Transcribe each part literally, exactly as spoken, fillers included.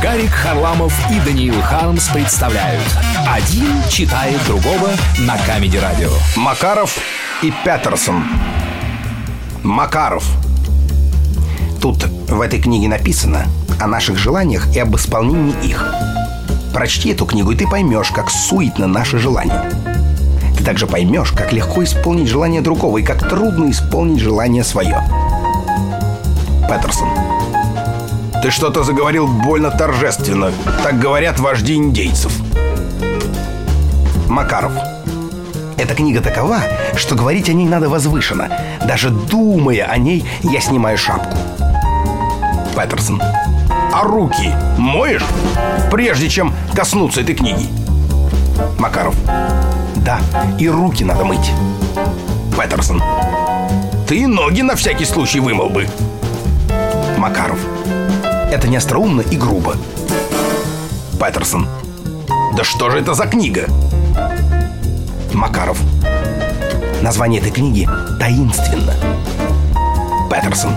Гарик Харламов и Даниил Хармс представляют «Один читает другого» на Камеди Радио. Макаров и Петерсон. Макаров. Тут в этой книге написано о наших желаниях и об исполнении их. Прочти эту книгу, и ты поймешь, как суетно наши желания. Ты также поймешь, как легко исполнить желание другого и как трудно исполнить желание свое. Петерсон. Ты что-то заговорил больно торжественно. Так говорят вожди индейцев. Макаров. Эта книга такова, что говорить о ней надо возвышенно. Даже думая о ней, я снимаю шапку. Петерсон. А руки моешь, прежде чем коснуться этой книги? Макаров. Да, и руки надо мыть. Петерсон. Ты ноги на всякий случай вымыл бы. Макаров. Это не остроумно и грубо. Петерсон. Да что же это за книга? Макаров. Название этой книги таинственно. Петерсон.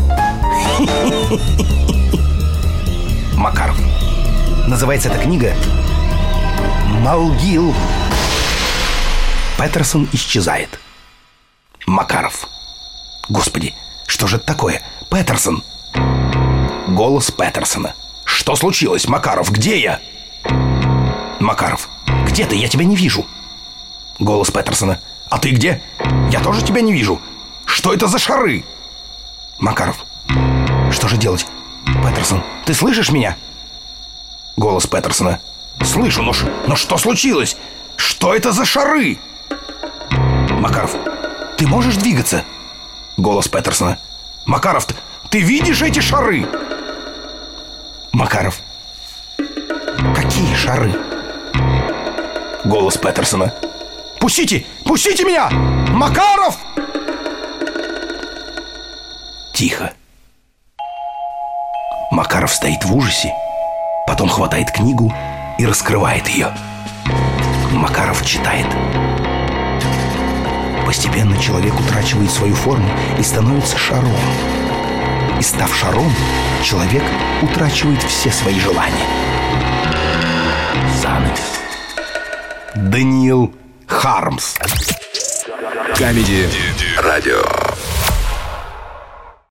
Макаров. Называется эта книга «Молгил». Петерсон исчезает. Макаров. Господи, что же это такое? Петерсон. Голос Петерсона. Что случилось, Макаров? Где я? Макаров. Где ты? Я тебя не вижу. Голос Петерсона. А ты где? Я тоже тебя не вижу. Что это за шары? Макаров. Что же делать? Петерсон. Ты слышишь меня? Голос Петерсона. Слышу, но, ш... но что случилось? Что это за шары? Макаров. Ты можешь двигаться? Голос Петерсона. Макаров, ты, ты видишь эти шары? Макаров. Какие шары? Голос Петерсона. Пустите! Пустите меня! Макаров! Тихо. Макаров стоит в ужасе, потом хватает книгу и раскрывает ее. Макаров читает. Постепенно человек утрачивает свою форму и становится шаром. И став шаром, человек утрачивает все свои желания. Занавес. Даниил Хармс. Камеди Радио.